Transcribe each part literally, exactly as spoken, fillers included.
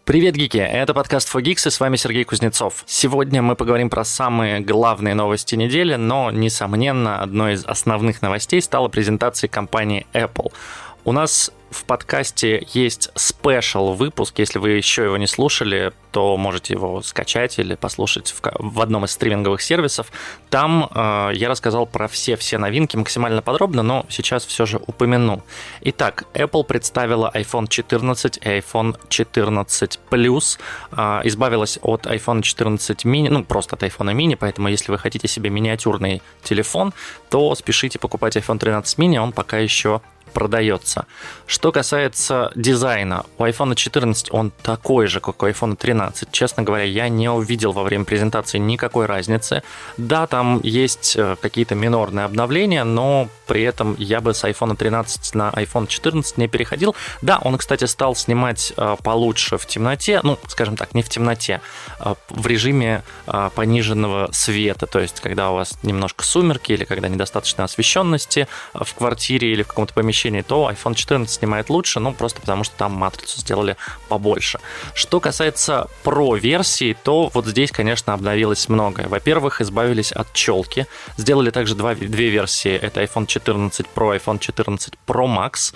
Привет, гики! Это подкаст фор гикс, и с вами Сергей Кузнецов. Сегодня мы поговорим про самые главные новости недели, но, несомненно, одной из основных новостей стала презентация компании Apple. У нас в подкасте есть спешл выпуск. Если вы еще его не слушали, то можете его скачать или послушать в, в одном из стриминговых сервисов. Там э, я рассказал про все-все новинки максимально подробно, но сейчас все же упомяну. Итак, Apple представила айфон четырнадцать и айфон четырнадцать плюс. Э, избавилась от айфон четырнадцать мини, ну просто от айфона мини, поэтому если вы хотите себе миниатюрный телефон, то спешите покупать айфон тринадцать мини, он пока еще продается. Что касается дизайна, у айфон четырнадцать он такой же, как у айфон тринадцать. Честно говоря, я не увидел во время презентации никакой разницы. Да, там есть какие-то минорные обновления, но при этом я бы с айфон тринадцать на айфон четырнадцать не переходил. Да, он, кстати, стал снимать получше в темноте, ну, скажем так, не в темноте, а в режиме пониженного света, то есть когда у вас немножко сумерки или когда недостаточно освещенности в квартире или в каком-то помещении, то айфон четырнадцать снимает лучше, ну, просто потому что там матрицу сделали побольше. Что касается Pro-версии, то вот здесь, конечно, обновилось многое. Во-первых, избавились от челки, сделали также два, две версии, это айфон четырнадцать Pro, айфон четырнадцать Pro Max.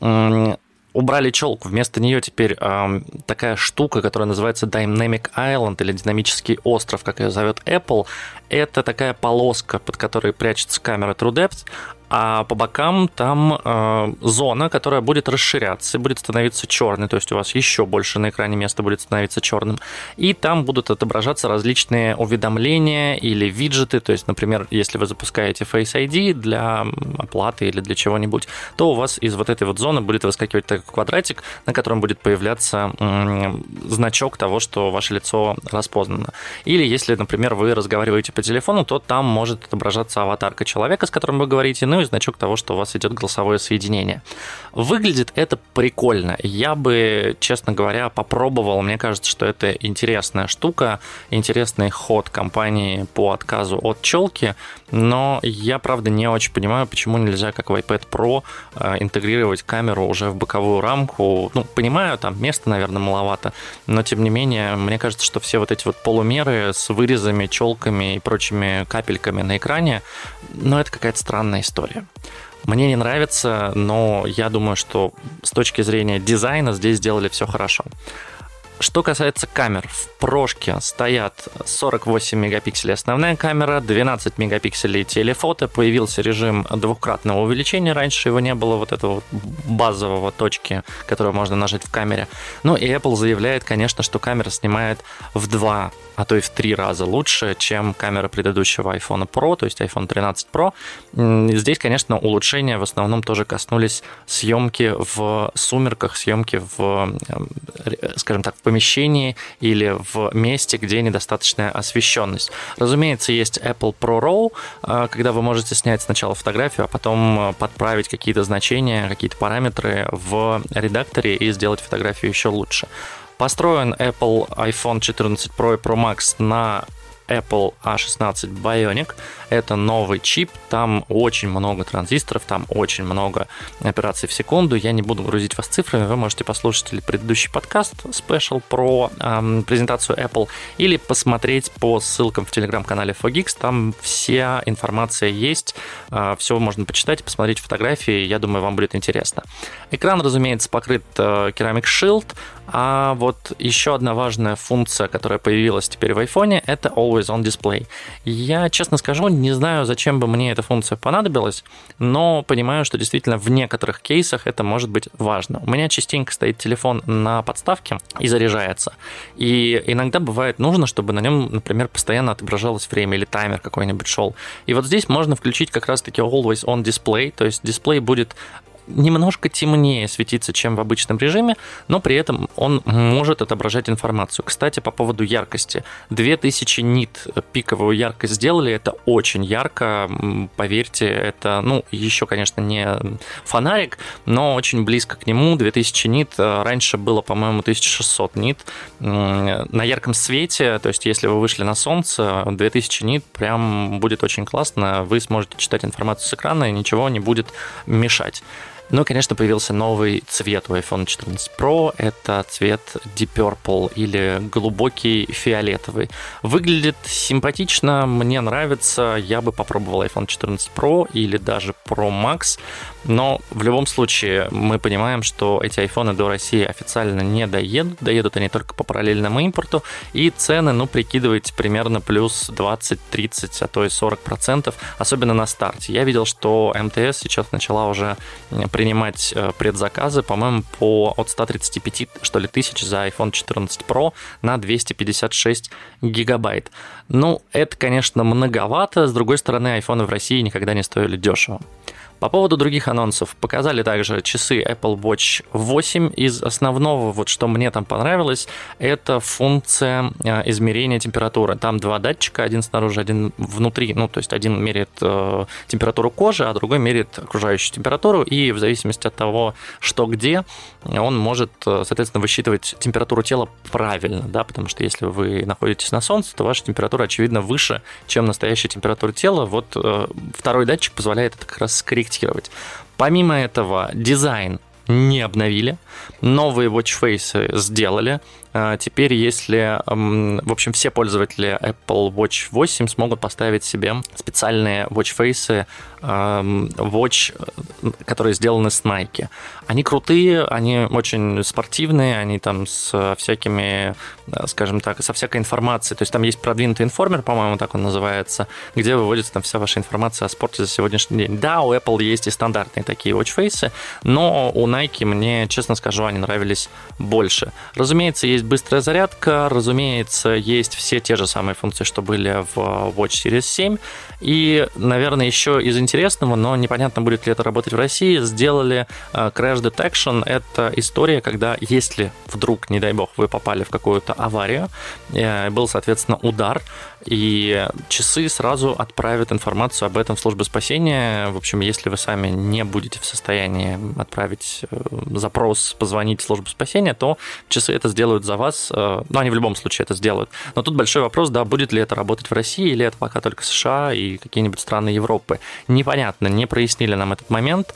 Убрали челку, вместо нее теперь э, такая штука, которая называется Dynamic Island или динамический остров, как ее зовет Apple. Это такая полоска, под которой прячется камера TrueDepth, а по бокам там э, зона, которая будет расширяться и будет становиться черной, то есть у вас еще больше на экране места будет становиться черным, и там будут отображаться различные уведомления или виджеты, то есть, например, если вы запускаете Face ай ди для оплаты или для чего-нибудь, то у вас из вот этой вот зоны будет выскакивать такой квадратик, на котором будет появляться э, значок того, что ваше лицо распознано. Или если, например, вы разговариваете по телефону, то там может отображаться аватарка человека, с которым вы говорите, ну и значок того, что у вас идет голосовое соединение. Выглядит это прикольно. Я бы, честно говоря, попробовал. Мне кажется, что это интересная штука, интересный ход компании по отказу от челки, но я, правда, не очень понимаю, почему нельзя, как в iPad Pro, интегрировать камеру уже в боковую рамку. Ну, понимаю, там места, наверное, маловато, но, тем не менее, мне кажется, что все вот эти вот полумеры с вырезами, челками и прочими капельками на экране, ну, это какая-то странная история. Мне не нравится, но я думаю, что с точки зрения дизайна здесь сделали все хорошо. Что касается камер, в прошке стоят сорок восемь мегапикселей основная камера, двенадцать мегапикселей телефото, появился режим двухкратного увеличения, раньше его не было, вот этого базового точки, которую можно нажать в камере. Ну и Apple заявляет, конечно, что камера снимает в два, а то и в три раза лучше, чем камера предыдущего iPhone Pro, то есть айфон тринадцать Pro. Здесь, конечно, улучшения в основном тоже коснулись съемки в сумерках, съемки в, скажем так, в помещении или в месте, где недостаточная освещенность. Разумеется, есть Apple ProRAW, когда вы можете снять сначала фотографию, а потом подправить какие-то значения, какие-то параметры в редакторе и сделать фотографию еще лучше. Построен Apple айфон четырнадцать Pro и Pro Max на Apple а шестнадцать Bionic. Это новый чип, там очень много транзисторов, там очень много операций в секунду. Я не буду грузить вас цифрами, вы можете послушать или предыдущий подкаст Special про эм, презентацию Apple, или посмотреть по ссылкам в телеграм-канале фор гикс, там вся информация есть, э, все можно почитать, посмотреть фотографии, я думаю, вам будет интересно. Экран, разумеется, покрыт э, Ceramic Shield, а вот еще одна важная функция, которая появилась теперь в iPhone, это Always On Display. Я, честно скажу, не знаю, зачем бы мне эта функция понадобилась, но понимаю, что действительно в некоторых кейсах это может быть важно. У меня частенько стоит телефон на подставке и заряжается. И иногда бывает нужно, чтобы на нем, например, постоянно отображалось время или таймер какой-нибудь шел. И вот здесь можно включить как раз-таки Always On Display, то есть дисплей будет немножко темнее светиться, чем в обычном режиме, но при этом он может отображать информацию. Кстати, по поводу яркости. две тысячи нит пиковую яркость сделали, это очень ярко, поверьте, это, ну, еще, конечно, не фонарик, но очень близко к нему. две тысячи нит, раньше было, по-моему, тысяча шестьсот нит. На ярком свете, то есть если вы вышли на солнце, две тысячи нит прям будет очень классно, вы сможете читать информацию с экрана, и ничего не будет мешать. Ну и, конечно, появился новый цвет у айфон четырнадцать про. Это цвет Deep Purple или глубокий фиолетовый. Выглядит симпатично, мне нравится. Я бы попробовал айфон четырнадцать про или даже Pro Max. Но в любом случае мы понимаем, что эти айфоны до России официально не доедут. Доедут они только по параллельному импорту. И цены, ну, прикидывайте, примерно плюс двадцать-тридцать, а то и сорок процентов, особенно на старте. Я видел, что эм тэ эс сейчас начала уже принимать предзаказы, по-моему, по от ста тридцати пяти, что ли, тысяч за айфон четырнадцать про на двести пятьдесят шесть гигабайт. Ну, это, конечно, многовато. С другой стороны, айфоны в России никогда не стоили дешево. По поводу других анонсов, показали также часы Apple Watch восемь. Из основного, вот что мне там понравилось, это функция измерения температуры. Там два датчика, один снаружи, один внутри. Ну, то есть один меряет э, температуру кожи, а другой меряет окружающую температуру. И в зависимости от того, что где, он может, соответственно, высчитывать температуру тела правильно, да, потому что если вы находитесь на солнце, то ваша температура, очевидно, выше, чем настоящая температура тела. Вот э, второй датчик позволяет это как раз скорректировать. Помимо этого, дизайн не обновили, новые watchface сделали. Теперь, если, в общем, все пользователи Apple Watch восемь смогут поставить себе специальные watchface, watch, которые сделаны с Nike. Они крутые, они очень спортивные, они там с всякими, скажем так, со всякой информацией. То есть там есть продвинутый информер, по-моему, так он называется, где выводится там вся ваша информация о спорте за сегодняшний день. Да, у Apple есть и стандартные такие watchface, но у Nike, мне, честно скажу, они нравились больше. Разумеется, есть быстрая зарядка, разумеется, есть все те же самые функции, что были в Watch Series семь. И, наверное, еще из интересного, но непонятно, будет ли это работать в России, сделали Crash Detection. Это история, когда, если вдруг, не дай бог, вы попали в какую-то аварию, был, соответственно, удар, и часы сразу отправят информацию об этом в службу спасения. В общем, если вы сами не будете в состоянии отправить запрос, позвонить в службу спасения, то часы это сделают за вас. Ну, они в любом случае это сделают. Но тут большой вопрос, да, будет ли это работать в России, или это пока только США и какие-нибудь страны Европы. Непонятно, не прояснили нам этот момент.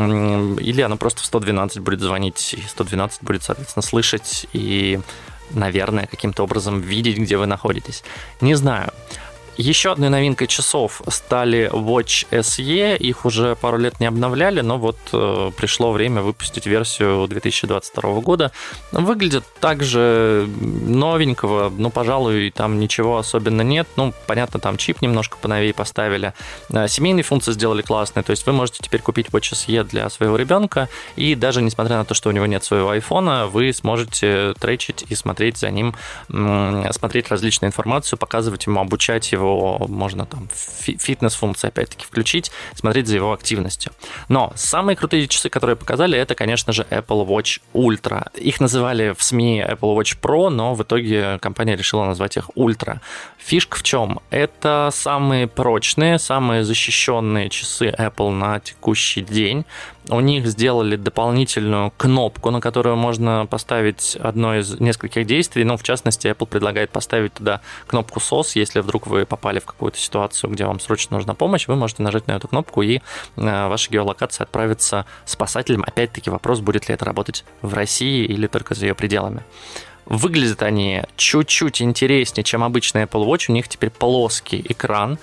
Или оно просто в сто двенадцать будет звонить, и сто двенадцать будет, соответственно, слышать и, наверное, каким-то образом видеть, где вы находитесь. Не знаю. Еще одной новинкой часов стали Watch эс и. Их уже пару лет не обновляли, но вот э, пришло время выпустить версию две тысячи двадцать второго года. Выглядит также новенького, ну, пожалуй, там ничего особенно нет. Ну, понятно, там чип немножко поновее поставили. Семейные функции сделали классные, то есть вы можете теперь купить Watch эс и для своего ребенка, и даже несмотря на то, что у него нет своего айфона, вы сможете тречить и смотреть за ним, смотреть различную информацию, показывать ему, обучать его. Можно там фитнес-функции опять-таки включить, смотреть за его активностью. Но самые крутые часы, которые показали, это, конечно же, Apple Watch Ultra. Их называли в СМИ Apple Watch Pro, но в итоге компания решила назвать их Ultra. Фишка в чем? Это самые прочные, самые защищенные часы Apple на текущий день. У них сделали дополнительную кнопку, на которую можно поставить одно из нескольких действий. Ну, в частности, Apple предлагает поставить туда кнопку сос. Если вдруг вы попали в какую-то ситуацию, где вам срочно нужна помощь, вы можете нажать на эту кнопку, и ваша геолокация отправится спасателям. Опять-таки вопрос, будет ли это работать в России или только за ее пределами. Выглядят они чуть-чуть интереснее, чем обычный Apple Watch. У них теперь плоский экран.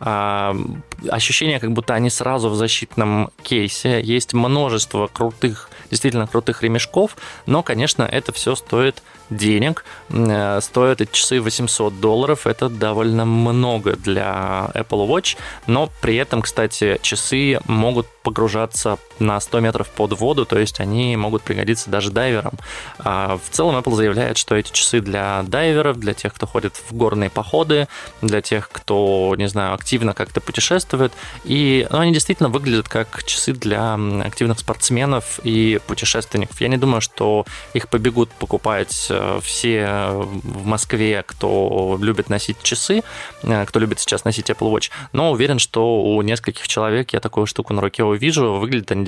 Ощущение, как будто они сразу в защитном кейсе. Есть множество крутых, действительно крутых ремешков, но, конечно, это все стоит денег. Стоят эти часы восемьсот долларов. Это довольно много для Apple Watch, но при этом, кстати, часы могут погружаться на сто метров под воду, то есть они могут пригодиться даже дайверам. В целом Apple заявляет, что эти часы для дайверов, для тех, кто ходит в горные походы, для тех, кто, не знаю, активно как-то путешествует, и ну, они действительно выглядят как часы для активных спортсменов и путешественников. Я не думаю, что их побегут покупать все в Москве, кто любит носить часы, кто любит сейчас носить Apple Watch, но уверен, что у нескольких человек я такую штуку на руке увижу. Выглядят они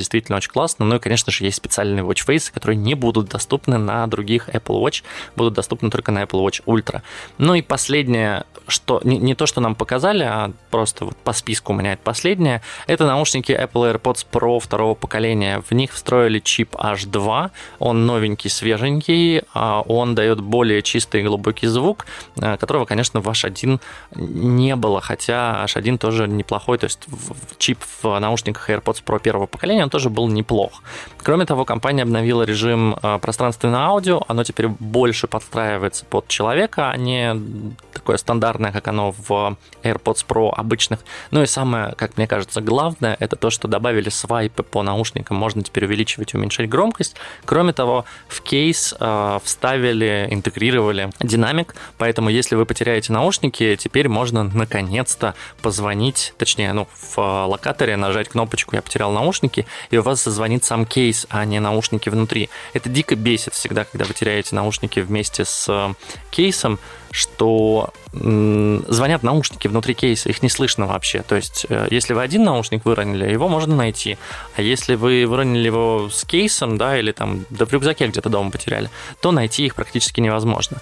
действительно очень классно. Ну и, конечно же, есть специальные watch face, которые не будут доступны на других Apple Watch, будут доступны только на Apple Watch Ultra. Ну и последнее, что не, не то, что нам показали, а просто вот по списку у меня это последнее, это наушники Apple AirPods Pro второго поколения. В них встроили чип эйч два, он новенький, свеженький, он дает более чистый и глубокий звук, которого, конечно, в эйч один не было, хотя эйч один тоже неплохой, то есть чип в наушниках AirPods Pro первого поколения, он тоже был неплох. Кроме того, компания обновила режим пространственного аудио, оно теперь больше подстраивается под человека, а не такое стандартное, как оно в AirPods Pro обычных. Ну и самое, как мне кажется, главное, это то, что добавили свайпы по наушникам, можно теперь увеличивать и уменьшать громкость. Кроме того, в кейс э, вставили, интегрировали динамик, поэтому если вы потеряете наушники, теперь можно наконец-то позвонить, точнее, ну, в локаторе нажать кнопочку «Я потерял наушники», и у вас зазвонит сам кейс, а не наушники внутри. Это дико бесит всегда, когда вы теряете наушники вместе с кейсом, что м, звонят наушники внутри кейса, их не слышно вообще. То есть, э, если вы один наушник выронили, его можно найти. А если вы выронили его с кейсом, да, или там да в рюкзаке где-то дома потеряли, то найти их практически невозможно.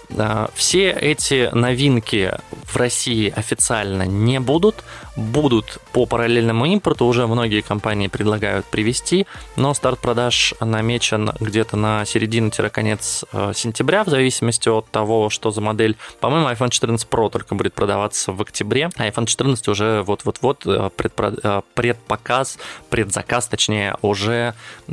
Все эти новинки в России официально не будут, будут по параллельному импорту, уже многие компании предлагают привезти, но старт продаж намечен где-то на середину-конец сентября, в зависимости от того, что за модель. По-моему, iPhone четырнадцать Pro только будет продаваться в октябре, а iPhone четырнадцать уже вот-вот-вот предпро... предпоказ, предзаказ, точнее, уже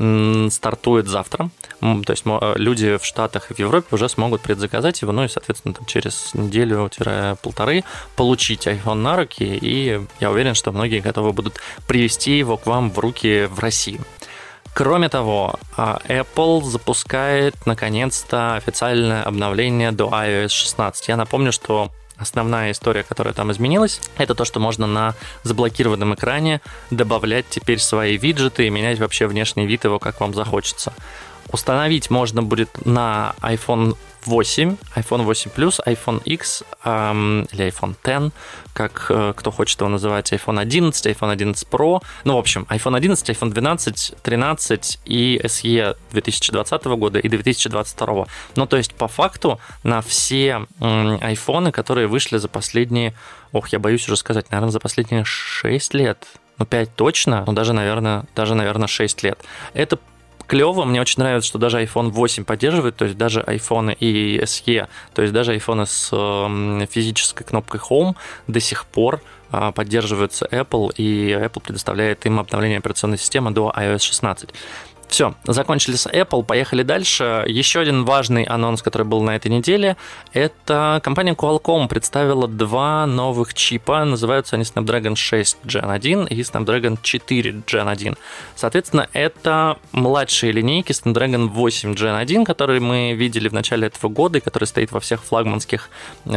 стартует завтра. То есть люди в Штатах и в Европе уже смогут предзаказать его, ну и, соответственно, там через неделю-полторы получить iPhone на руки, и я уверен, что многие готовы будут привезти его к вам в руки в Россию. Кроме того, Apple запускает, наконец-то, официальное обновление до ай О Эс шестнадцать. Я напомню, что основная история, которая там изменилась, это то, что можно на заблокированном экране добавлять теперь свои виджеты и менять вообще внешний вид его, как вам захочется. Установить можно будет на iPhone восемь, iPhone восемь плюс, iPhone X эм, или iPhone X, как э, кто хочет его называть, iPhone одиннадцать, iPhone одиннадцать Pro. Ну, в общем, iPhone одиннадцать, iPhone двенадцать, тринадцать и эс и две тысячи двадцатого года и две тысячи двадцать второго. Ну, то есть, по факту, на все э, айфоны, которые вышли за последние, ох, я боюсь уже сказать, наверное, за последние шесть лет. Ну, пять точно, ну, даже, наверное, даже, наверное, шесть лет. Это клево, мне очень нравится, что даже iPhone восемь поддерживает, то есть даже iPhone и эс и, то есть даже iPhone с э, физической кнопкой Home до сих пор э, поддерживаются Apple, и Apple предоставляет им обновление операционной системы до ай О Эс шестнадцать. Все, закончили с Apple, поехали дальше. Еще один важный анонс, который был на этой неделе, это компания Qualcomm представила два новых чипа. Называются они Snapdragon шесть Gen один и Snapdragon четыре Gen один. Соответственно, это младшие линейки Snapdragon восемь Gen один, которые мы видели в начале этого года и который стоит во всех флагманских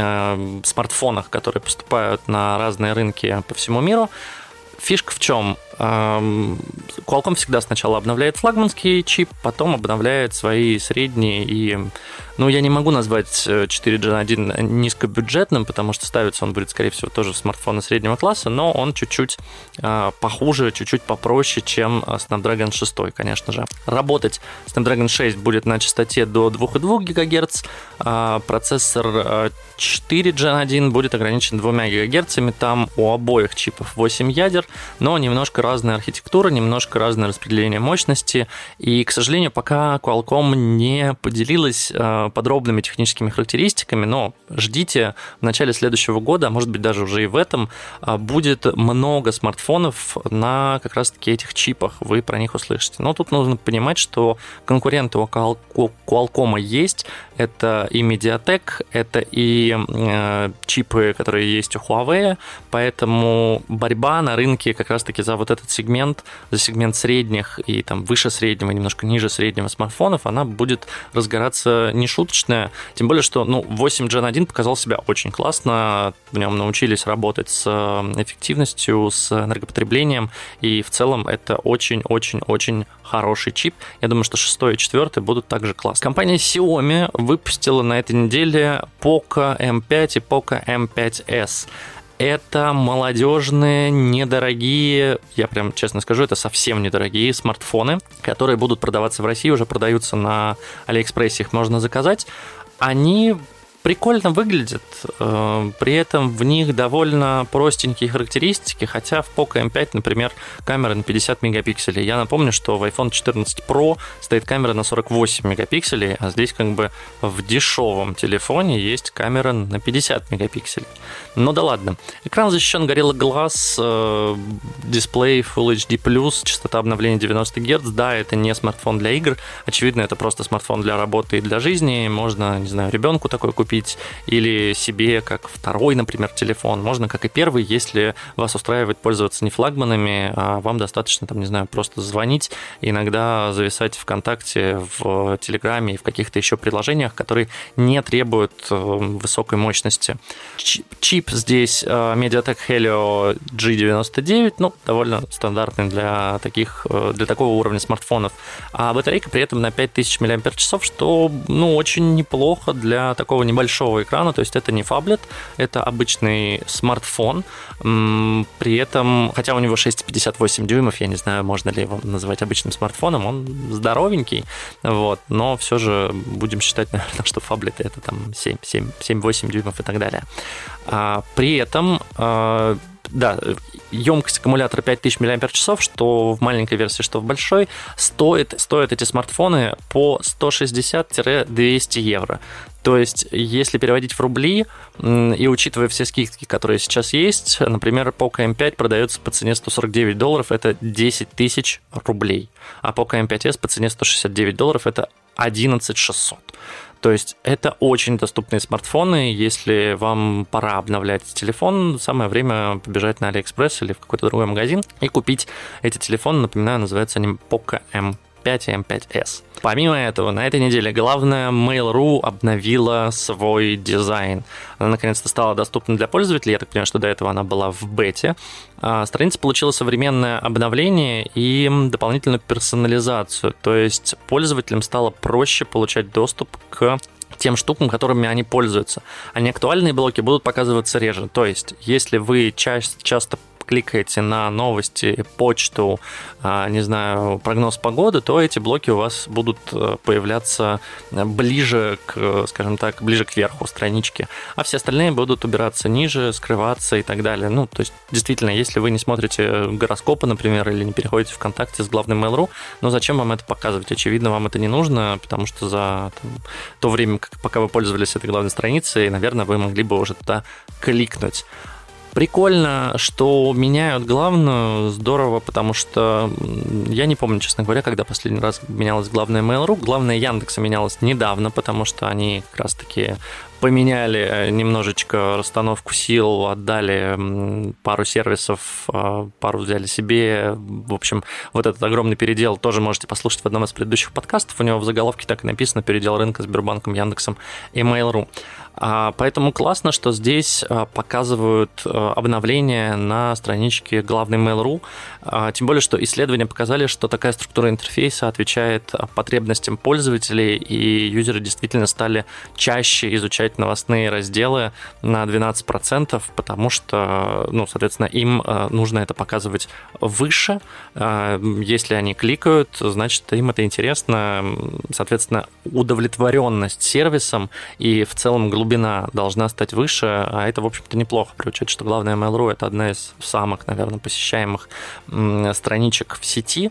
э, смартфонах, которые поступают на разные рынки по всему миру. Фишка в чем? Qualcomm всегда сначала обновляет флагманский чип, потом обновляет свои средние и... Ну, я не могу назвать четыре Gen один низкобюджетным, потому что ставится он будет, скорее всего, тоже в смартфоны среднего класса, но он чуть-чуть э, похуже, чуть-чуть попроще, чем Snapdragon шесть, конечно же. Работать Snapdragon шесть будет на частоте до два и два гигагерца, э, процессор четыре Gen один будет ограничен двумя гигагерцами, там у обоих чипов восемь ядер, но немножко разная архитектура, немножко разное распределение мощности, и, к сожалению, пока Qualcomm не поделилась э, подробными техническими характеристиками, но ждите, в начале следующего года, а может быть даже уже и в этом, будет много смартфонов на как раз-таки этих чипах, вы про них услышите. Но тут нужно понимать, что конкуренты у Qualcomm есть, это и Mediatek, это и э, чипы, которые есть у Huawei, поэтому борьба на рынке как раз-таки за вот этот сегмент, за сегмент средних и там выше среднего, немножко ниже среднего смартфонов, она будет разгораться не шуточная, тем более, что ну, восемь Gen один показал себя очень классно, в нем научились работать с эффективностью, с энергопотреблением, и в целом это очень-очень-очень хороший чип. Я думаю, что шестой и четвертый будут также классные. Компания Xiaomi выпустила на этой неделе Poco эм пять и Poco эм пять эс. Это молодежные, недорогие, я прям честно скажу, это совсем недорогие смартфоны, которые будут продаваться в России, уже продаются на Алиэкспрессе, их можно заказать. Они прикольно выглядят, при этом в них довольно простенькие характеристики, хотя в Poco эм пять, например, камера на пятьдесят мегапикселей. Я напомню, что в айфон четырнадцать про стоит камера на сорок восемь мегапикселей, а здесь как бы в дешевом телефоне есть камера на пятьдесят мегапикселей. Ну да ладно. Экран защищен Gorilla Glass, дисплей Full эйч ди плюс, частота обновления девяносто герц. Да, это не смартфон для игр, очевидно, это просто смартфон для работы и для жизни. Можно, не знаю, ребенку такой купить, или себе как второй, например, телефон. Можно как и первый, если вас устраивает пользоваться не флагманами, а вам достаточно, там, не знаю, просто звонить, иногда зависать ВКонтакте, в Телеграме и в каких-то еще приложениях, которые не требуют высокой мощности. Чип здесь MediaTek Helio джи девяносто девять, ну, довольно стандартный для таких, для такого уровня смартфонов. А батарейка при этом на пять тысяч мАч, что, ну, очень неплохо для такого небольшого большого экрана, то есть это не фаблет, это обычный смартфон, при этом, хотя у него шесть целых пятьдесят восемь дюймов, я не знаю, можно ли его назвать обычным смартфоном, он здоровенький, вот, но все же будем считать, наверное, что фаблеты это там семь-восемь дюймов и так далее. А, при этом да, емкость аккумулятора пять тысяч мАч, что в маленькой версии, что в большой, стоит, стоят эти смартфоны по сто шестьдесят - двести евро. То есть, если переводить в рубли и учитывая все скидки, которые сейчас есть, например, Poco эм пять продается по цене сто сорок девять долларов, это десять тысяч рублей, а Poco эм пять эс по цене сто шестьдесят девять долларов, это одиннадцать тысяч шестьсот. То есть это очень доступные смартфоны. Если вам пора обновлять телефон, самое время побежать на Алиэкспресс или в какой-то другой магазин и купить эти телефоны. Напоминаю, называются они Poco эм пять и эм пять эс. Помимо этого, на этой неделе главное, Mail.ru обновила свой дизайн. Она наконец-то стала доступна для пользователей. Я так понимаю, что до этого она была в бете. Страница получила современное обновление и дополнительную персонализацию. То есть пользователям стало проще получать доступ к тем штукам, которыми они пользуются. А неактуальные блоки будут показываться реже. То есть, если вы ча- часто кликаете на новости, почту, не знаю, прогноз погоды, то эти блоки у вас будут появляться ближе к, скажем так, ближе к верху странички, а все остальные будут убираться ниже, скрываться и так далее. Ну, то есть, действительно, если вы не смотрите гороскопы, например, или не переходите в ВКонтакте с главным Mail.ru, ну, зачем вам это показывать? Очевидно, вам это не нужно, потому что за там, то время, пока вы пользовались этой главной страницей, наверное, вы могли бы уже туда кликнуть. Прикольно, что меняют главную, здорово, потому что я не помню, честно говоря, когда последний раз менялась главная Mail.ru. Главная Яндекса менялась недавно, потому что они как раз-таки поменяли немножечко расстановку сил, отдали пару сервисов, пару взяли себе. В общем, вот этот огромный передел тоже можете послушать в одном из предыдущих подкастов. У него в заголовке так и написано: передел рынка Сбербанком, Яндексом и Mail.ru. Поэтому классно, что здесь показывают обновления на страничке главной Mail.ru. Тем более, что исследования показали, что такая структура интерфейса отвечает потребностям пользователей, и юзеры действительно стали чаще изучать новостные разделы на двенадцать процентов, потому что, ну, соответственно, им нужно это показывать выше. Если они кликают, значит, им это интересно. Соответственно, удовлетворенность сервисом и в целом глубина должна стать выше, а это, в общем-то, неплохо, при учете, что главная Mail.ru — это одна из самых, наверное, посещаемых страничек в сети,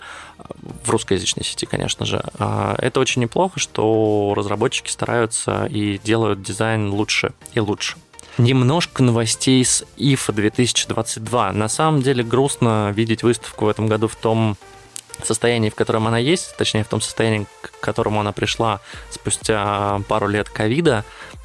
в русскоязычной сети, конечно же. Это очень неплохо, что разработчики стараются и делают дизайн лучше и лучше. Немножко новостей с ай эф две тысячи двадцать два. На самом деле грустно видеть выставку в этом году в том состоянии, в котором она есть, точнее, в том состоянии, к которому она пришла спустя пару лет ковида.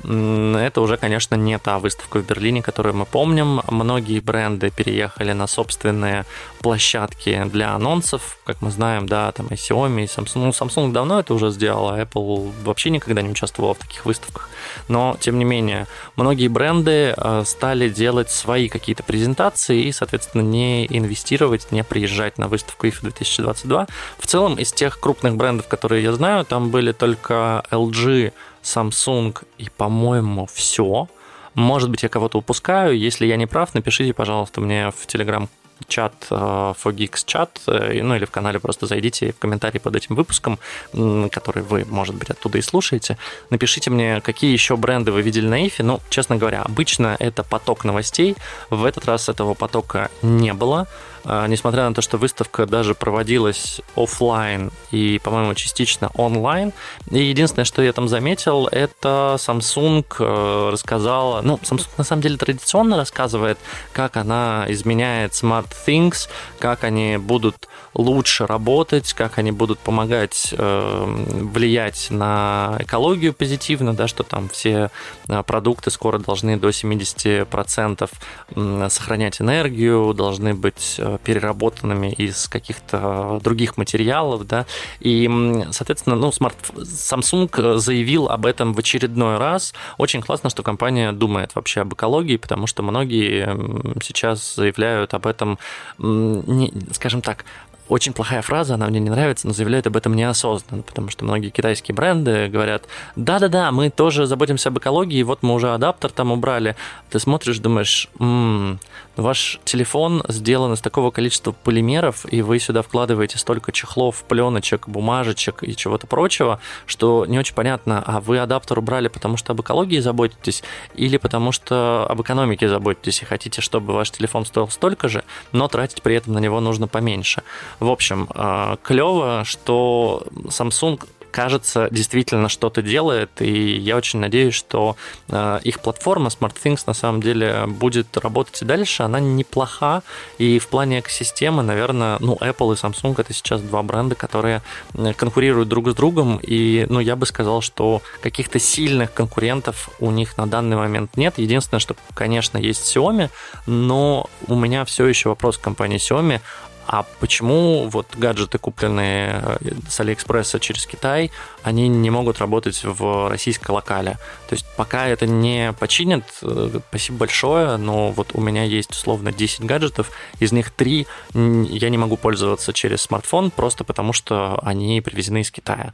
Это уже, конечно, не та выставка в Берлине, которую мы помним. Многие бренды переехали на собственные площадки для анонсов. Как мы знаем, да, там и Xiaomi, и Samsung. Ну, Samsung давно это уже сделала, а Apple вообще никогда не участвовала в таких выставках. Но, тем не менее, многие бренды стали делать свои какие-то презентации и, соответственно, не инвестировать, не приезжать на выставку ай эф две тысячи двадцать два. В целом, из тех крупных брендов, которые я знаю, там были только эл джи, Samsung и, по-моему, все. Может быть, я кого-то упускаю. Если я не прав, напишите, пожалуйста, мне в Telegram чат фор гикс чат, ну или в канале просто зайдите в комментарии под этим выпуском, который вы, может быть, оттуда и слушаете. Напишите мне, какие еще бренды вы видели на ифе. Ну, честно говоря, обычно это поток новостей. В этот раз этого потока не было. Несмотря на то, что выставка даже проводилась офлайн и, по-моему, частично онлайн. И единственное, что я там заметил, это Samsung рассказала... Ну, Samsung на самом деле традиционно рассказывает, как она изменяет SmartThings, как они будут лучше работать, как они будут помогать э, влиять на экологию позитивно, да, что там все продукты скоро должны до семьдесят процентов сохранять энергию, должны быть переработанными из каких-то других материалов, да, и, соответственно, ну, Smart... Samsung заявил об этом в очередной раз. Очень классно, что компания думает вообще об экологии, потому что многие сейчас заявляют об этом, не, скажем так, очень плохая фраза, она мне не нравится, но заявляют об этом неосознанно, потому что многие китайские бренды говорят: да-да-да, мы тоже заботимся об экологии, вот мы уже адаптер там убрали. Ты смотришь, думаешь, м-м, ваш телефон сделан из такого количества полимеров, и вы сюда вкладываете столько чехлов, пленочек, бумажечек и чего-то прочего, что не очень понятно, а вы адаптер убрали, потому что об экологии заботитесь, или потому что об экономике заботитесь и хотите, чтобы ваш телефон стоил столько же, но тратить при этом на него нужно поменьше. В общем, клево, что Samsung, кажется, действительно что-то делает, и я очень надеюсь, что их платформа SmartThings на самом деле будет работать и дальше. Она неплоха, и в плане экосистемы, наверное, ну, Apple и Samsung — это сейчас два бренда, которые конкурируют друг с другом, и, ну, я бы сказал, что каких-то сильных конкурентов у них на данный момент нет. Единственное, что, конечно, есть Xiaomi, но у меня все еще вопрос к компании Xiaomi: а почему вот гаджеты, купленные с Алиэкспресса через Китай, они не могут работать в российской локале? То есть пока это не починят, спасибо большое, но вот у меня есть условно десять гаджетов, из них три я не могу пользоваться через смартфон, просто потому что они привезены из Китая.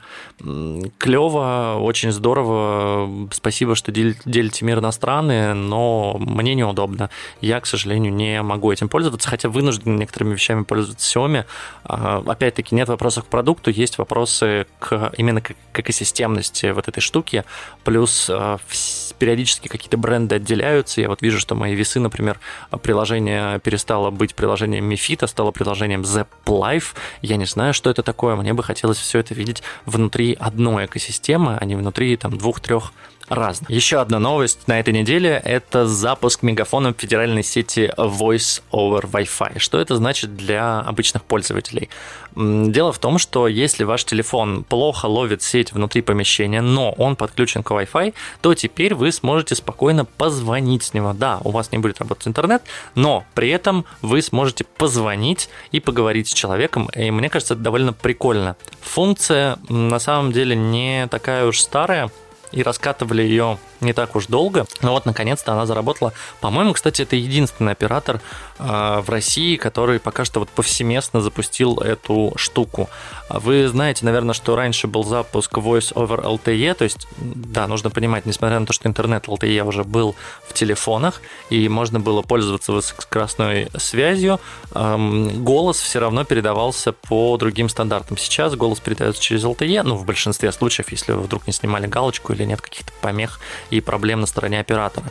Клево, очень здорово, спасибо, что делите мир на страны, но мне неудобно. Я, к сожалению, не могу этим пользоваться, хотя вынужден некоторыми вещами пользоваться Xiaomi. Опять-таки, нет вопросов к продукту, есть вопросы к, именно к, к экосистемности вот этой штуки. Плюс периодически какие-то бренды отделяются. Я вот вижу, что мои весы, например, приложение перестало быть приложением Mi Fit, а стало приложением Zepp Life. Я не знаю, что это такое. Мне бы хотелось все это видеть внутри одной экосистемы, а не внутри там двух-трех разных. Еще одна новость на этой неделе – это запуск мегафоном федеральной сети Voice over Wi-Fi. Что это значит для обычных пользователей? Дело в том, что если ваш телефон плохо ловит сеть внутри помещения, но он подключен к Wi-Fi, то теперь вы сможете спокойно позвонить с него. Да, у вас не будет работать интернет, но при этом вы сможете позвонить и поговорить с человеком, и мне кажется, это довольно прикольно. Функция на самом деле не такая уж старая, и раскатывали ее не так уж долго, но вот наконец-то она заработала. По-моему, кстати, это единственный оператор э, в России, который пока что вот повсеместно запустил эту штуку. Вы знаете, наверное, что раньше был запуск Voice over эл ти и, то есть, да, нужно понимать, несмотря на то, что интернет эл ти и уже был в телефонах, и можно было пользоваться высокоскоростной связью, э, голос все равно передавался по другим стандартам. Сейчас голос передается через эл ти и, ну, в большинстве случаев, если вы вдруг не снимали галочку или нет каких-то помех и проблем на стороне оператора.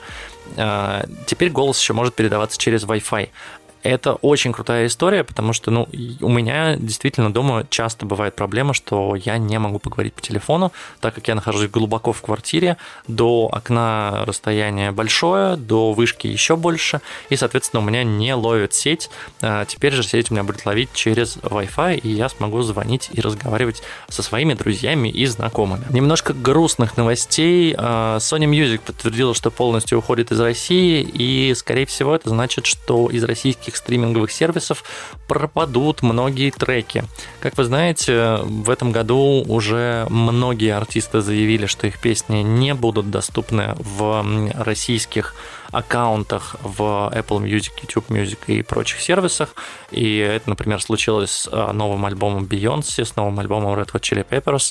Теперь голос еще может передаваться через Wi-Fi. Это очень крутая история, потому что, ну, у меня действительно дома часто бывает проблема, что я не могу поговорить по телефону, так как я нахожусь глубоко в квартире, до окна расстояние большое, до вышки еще больше, и, соответственно, у меня не ловит сеть. Теперь же сеть у меня будет ловить через Wi-Fi, и я смогу звонить и разговаривать со своими друзьями и знакомыми. Немножко грустных новостей. Sony Music подтвердила, что полностью уходит из России, и, скорее всего, это значит, что из российских российских стриминговых сервисов пропадут многие треки. Как вы знаете, в этом году уже многие артисты заявили, что их песни не будут доступны в российских аккаунтах в Apple Music, YouTube Music и прочих сервисах. И это, например, случилось с новым альбомом Beyoncé, с новым альбомом Red Hot Chili Peppers.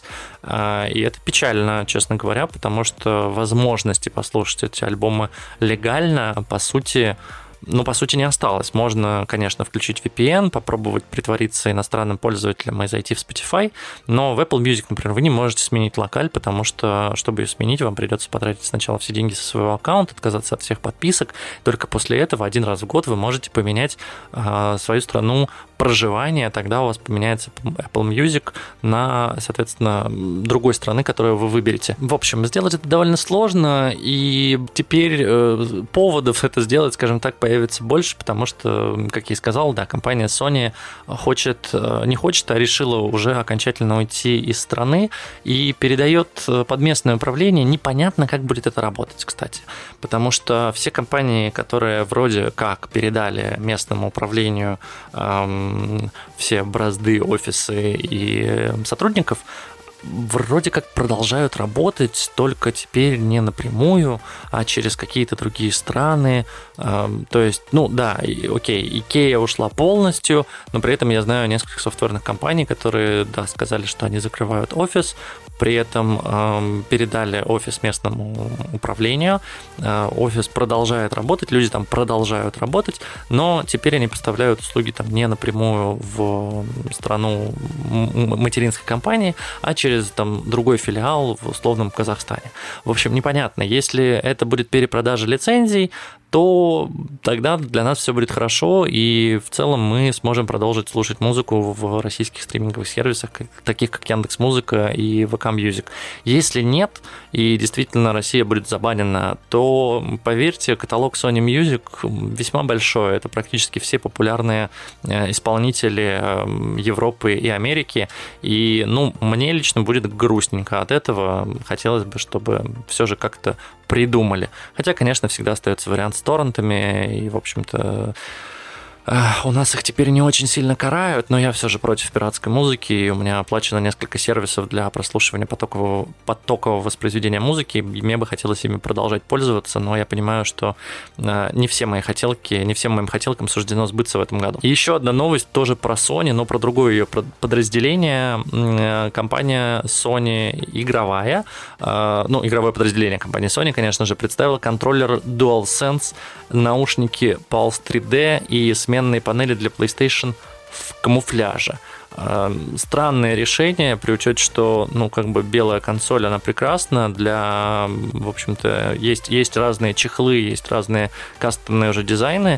И это печально, честно говоря, потому что возможности послушать эти альбомы легально, по сути, ну, по сути, не осталось. Можно, конечно, включить ви пи эн, попробовать притвориться иностранным пользователем и зайти в Spotify, но в Apple Music, например, вы не можете сменить локаль, потому что, чтобы ее сменить, вам придется потратить сначала все деньги со своего аккаунта, отказаться от всех подписок. Только после этого один раз в год вы можете поменять э, свою страну проживания, тогда у вас поменяется Apple Music на, соответственно, другой страны, которую вы выберете. В общем, сделать это довольно сложно, и теперь э, поводов это сделать, скажем так, появится больше, потому что, как я и сказал, да, компания Sony хочет, не хочет, а решила уже окончательно уйти из страны и передает под местное управление. Непонятно, как будет это работать, кстати, потому что все компании, которые вроде как передали местному управлению эм, все бразды, офисы и сотрудников, вроде как продолжают работать, только теперь не напрямую, а через какие-то другие страны. То есть, ну да, окей, Ikea ушла полностью, но при этом я знаю несколько софтверных компаний, которые, да, сказали, что они закрывают офис, при этом э, передали офис местному управлению, э, офис продолжает работать, люди там продолжают работать, но теперь они поставляют услуги там не напрямую в страну материнской компании, а через там другой филиал в условном Казахстане. В общем, непонятно, если это будет перепродажа лицензий, то тогда для нас все будет хорошо, и в целом мы сможем продолжить слушать музыку в российских стриминговых сервисах, таких как Яндекс.Музыка и ви кей Music. Если нет, и действительно Россия будет забанена, то, поверьте, каталог Sony Music весьма большой. Это практически все популярные исполнители Европы и Америки. И, ну, мне лично будет грустненько от этого. Хотелось бы, чтобы все же как-то придумали. Хотя, конечно, всегда остается вариант с торрентами, и, в общем-то, у нас их теперь не очень сильно карают, но я все же против пиратской музыки, и у меня оплачено несколько сервисов для прослушивания потокового, потокового воспроизведения музыки, и мне бы хотелось ими продолжать пользоваться, но я понимаю, что не все мои хотелки, не всем моим хотелкам суждено сбыться в этом году. И еще одна новость тоже про Sony, но про другое ее подразделение. Компания Sony игровая, ну, игровое подразделение компании Sony, конечно же, представила контроллер DualSense, наушники Pulse три дэ и сменные панели для PlayStation в камуфляже. Странное решение, при учете, что, ну, как бы белая консоль, она прекрасна для, в общем-то, есть, есть разные чехлы, есть разные кастомные уже дизайны.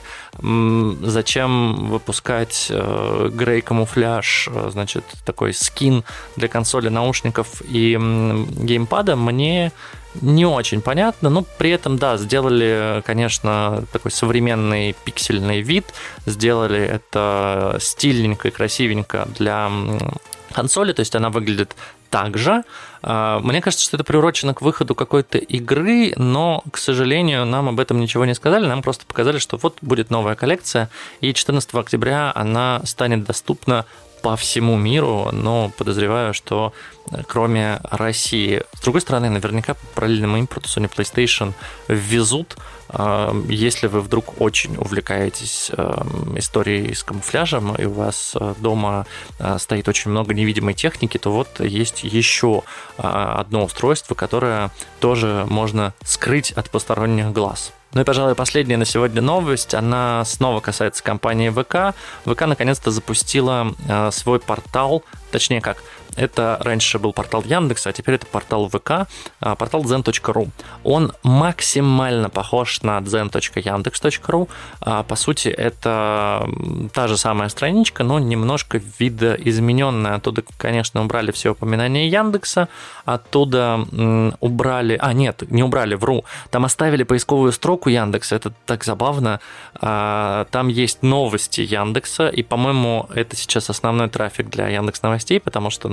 Зачем выпускать грей камуфляж, значит, такой скин для консоли, наушников и геймпада, мне не очень понятно, но при этом, да, сделали, конечно, такой современный пиксельный вид, сделали это стильненько и красивенько для консоли, то есть она выглядит так же. Мне кажется, что это приурочено к выходу какой-то игры, но, к сожалению, нам об этом ничего не сказали, нам просто показали, что вот будет новая коллекция, и четырнадцатого октября она станет доступна по всему миру, но подозреваю, что кроме России. С другой стороны, наверняка по параллельному импорту Sony PlayStation ввезут. Если вы вдруг очень увлекаетесь историей с камуфляжем, и у вас дома стоит очень много невидимой техники, то вот есть еще одно устройство, которое тоже можно скрыть от посторонних глаз. Ну и, пожалуй, последняя на сегодня новость, она снова касается компании ви кей. ви кей наконец-то запустила свой портал, точнее как, это раньше был портал Яндекса, а теперь это портал ви кей, портал дзен точка ру. Он максимально похож на дзен точка яндекс точка ру. По сути, это та же самая страничка, но немножко видоизмененная. Оттуда, конечно, убрали все упоминания Яндекса, оттуда убрали... А, нет, не убрали, вру. Там оставили поисковую строку Яндекса, это так забавно. Там есть новости Яндекса, и, по-моему, это сейчас основной трафик для Яндекс.Новостей, потому что, ну,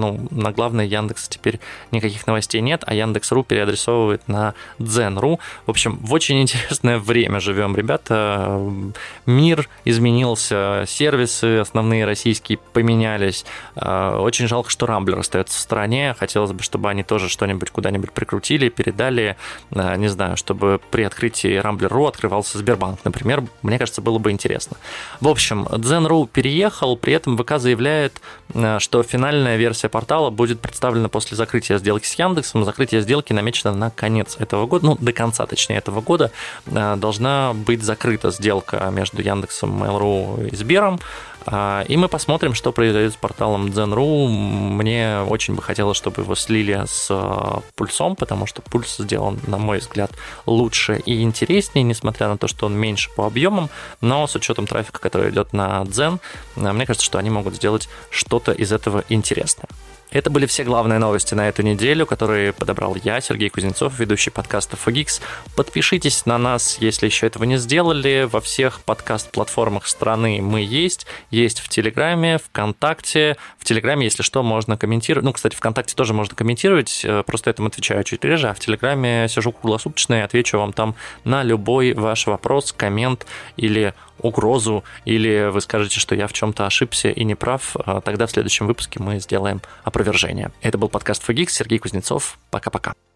ну, на главной Яндекс теперь никаких новостей нет, а Яндекс.ру переадресовывает на Дзен.ру. В общем, в очень интересное время живем, ребята. Мир изменился, сервисы основные российские поменялись. Очень жалко, что Рамблер остается в стороне. Хотелось бы, чтобы они тоже что-нибудь куда-нибудь прикрутили, передали. Не знаю, чтобы при открытии Рамблер.ру открывался Сбербанк, например. Мне кажется, было бы интересно. В общем, Дзен.ру переехал, при этом ВК заявляет, что финальная версия портала будет представлена после закрытия сделки с Яндексом. Закрытие сделки намечено на конец этого года, ну, до конца, точнее, этого года должна быть закрыта сделка между Яндексом, Mail.ru и Сбером. И мы посмотрим, что произойдет с порталом Дзен.ру. Мне очень бы хотелось, чтобы его слили с Пульсом, потому что Пульс сделан, на мой взгляд, лучше и интереснее, несмотря на то, что он меньше по объемам, но с учетом трафика, который идет на Дзен, мне кажется, что они могут сделать что-то из этого интересное. Это были все главные новости на эту неделю, которые подобрал я, Сергей Кузнецов, ведущий подкаста эф о Geeks. Подпишитесь на нас, если еще этого не сделали. Во всех подкаст-платформах страны мы есть. Есть в Телеграме, ВКонтакте. В Телеграме, если что, можно комментировать. Ну, кстати, ВКонтакте тоже можно комментировать, просто этому отвечаю чуть реже. А в Телеграме сижу круглосуточно и отвечу вам там на любой ваш вопрос, коммент или угрозу, или вы скажете, что я в чем-то ошибся и не прав, тогда в следующем выпуске мы сделаем опровержение. Это был подкаст эф о Geeks, Сергей Кузнецов. Пока-пока.